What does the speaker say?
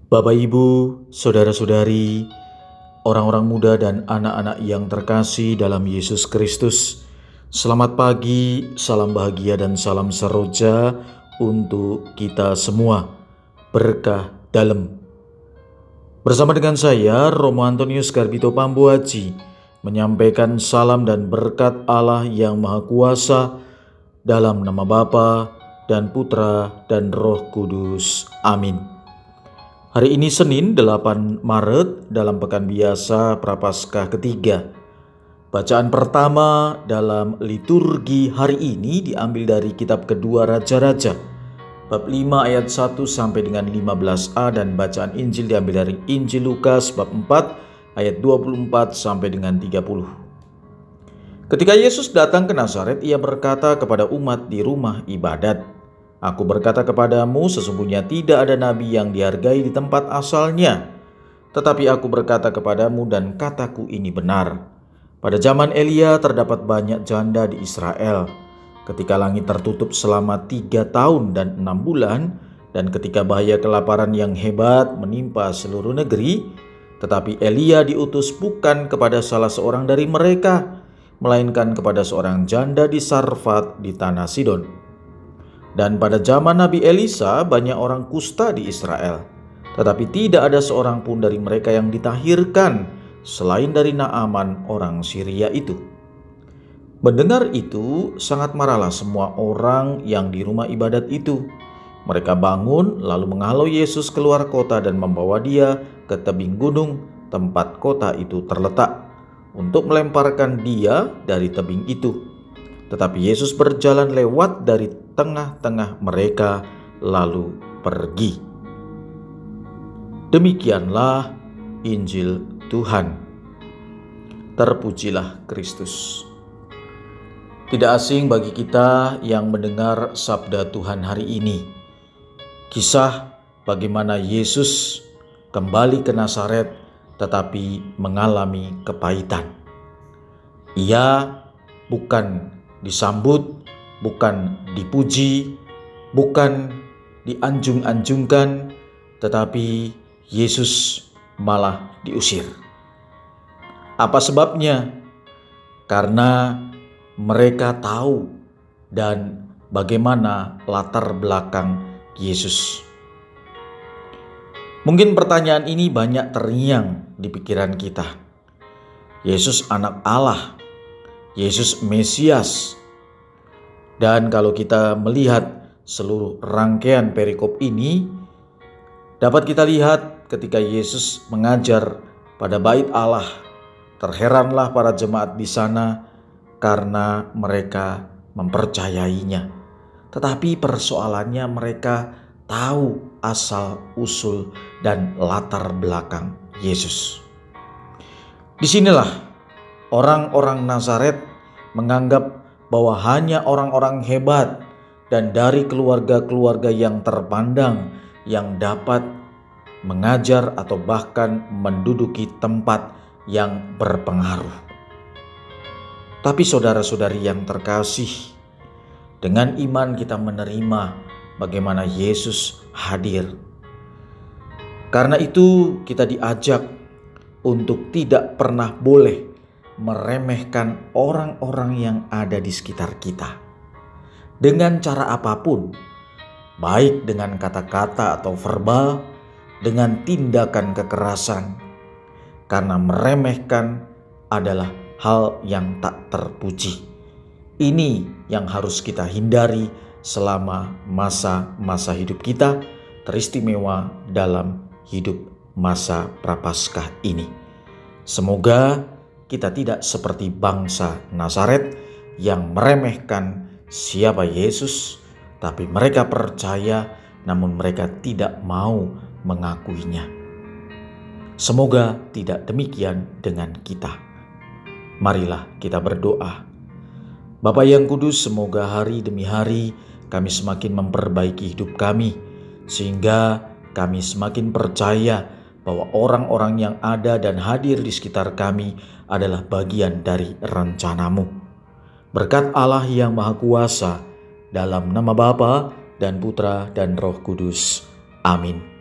Bapak, Ibu, saudara-saudari, orang-orang muda dan anak-anak yang terkasih dalam Yesus Kristus, selamat pagi, salam bahagia dan salam seroja untuk kita semua. Berkah dalam. Bersama dengan saya, Romo Antonius Garbito Pambuaji, menyampaikan salam dan berkat Allah yang Maha Kuasa dalam nama Bapa dan Putra dan Roh Kudus. Amin. Hari ini Senin 8 Maret dalam Pekan Biasa Prapaskah ketiga. Bacaan pertama dalam liturgi hari ini diambil dari kitab kedua Raja-Raja, bab 5 ayat 1 sampai dengan 15a, dan bacaan Injil diambil dari Injil Lukas bab 4 ayat 24 sampai dengan 30. Ketika Yesus datang ke Nazaret, ia berkata kepada umat di rumah ibadat, "Aku berkata kepadamu, sesungguhnya tidak ada nabi yang dihargai di tempat asalnya. Tetapi aku berkata kepadamu, dan kataku ini benar. Pada zaman Elia terdapat banyak janda di Israel. Ketika langit tertutup selama 3 tahun dan 6 bulan, dan ketika bahaya kelaparan yang hebat menimpa seluruh negeri, tetapi Elia diutus bukan kepada salah seorang dari mereka, melainkan kepada seorang janda di Sarfat di tanah Sidon. Dan pada zaman Nabi Elisa banyak orang kusta di Israel, tetapi tidak ada seorang pun dari mereka yang ditahirkan selain dari Naaman orang Syria itu." Mendengar itu, sangat marahlah semua orang yang di rumah ibadat itu. Mereka bangun lalu menghalau Yesus keluar kota dan membawa dia ke tebing gunung tempat kota itu terletak, untuk melemparkan dia dari tebing itu. Tetapi Yesus berjalan lewat dari tengah-tengah mereka lalu pergi. Demikianlah Injil Tuhan. Terpujilah Kristus. Tidak asing bagi kita yang mendengar sabda Tuhan hari ini, kisah bagaimana Yesus kembali ke Nazaret tetapi mengalami kepahitan. Ia bukan disambut, bukan dipuji, bukan dianjung-anjungkan, tetapi Yesus malah diusir. Apa sebabnya? Karena mereka tahu dan bagaimana latar belakang Yesus. Mungkin pertanyaan ini banyak terngiang di pikiran kita. Yesus anak Allah, Yesus Mesias. Dan kalau kita melihat seluruh rangkaian perikop ini, dapat kita lihat ketika Yesus mengajar pada bait Allah, terheranlah para jemaat di sana karena mereka mempercayainya. Tetapi persoalannya, mereka tahu asal usul dan latar belakang Yesus. Disinilah orang-orang Nazaret menganggap bahwa hanya orang-orang hebat dan dari keluarga-keluarga yang terpandang yang dapat mengajar atau bahkan menduduki tempat yang berpengaruh. Tapi saudara-saudari yang terkasih, dengan iman kita menerima bagaimana Yesus hadir. Karena itu kita diajak untuk tidak pernah boleh meremehkan orang-orang yang ada di sekitar kita. Dengan cara apapun, baik dengan kata-kata atau verbal, dengan tindakan kekerasan. Karena meremehkan adalah hal yang tak terpuji. Ini yang harus kita hindari selama masa-masa hidup kita, teristimewa dalam hidup masa Prapaskah ini. Semoga kita tidak seperti bangsa Nazaret yang meremehkan siapa Yesus, tapi mereka percaya namun mereka tidak mau mengakuinya. Semoga tidak demikian dengan kita. Marilah kita berdoa. Bapa yang kudus, semoga hari demi hari kami semakin memperbaiki hidup kami, sehingga kami semakin percaya bahwa orang-orang yang ada dan hadir di sekitar kami adalah bagian dari rencana-Mu. Berkat Allah yang Maha Kuasa, dalam nama Bapa dan Putra dan Roh Kudus. Amin.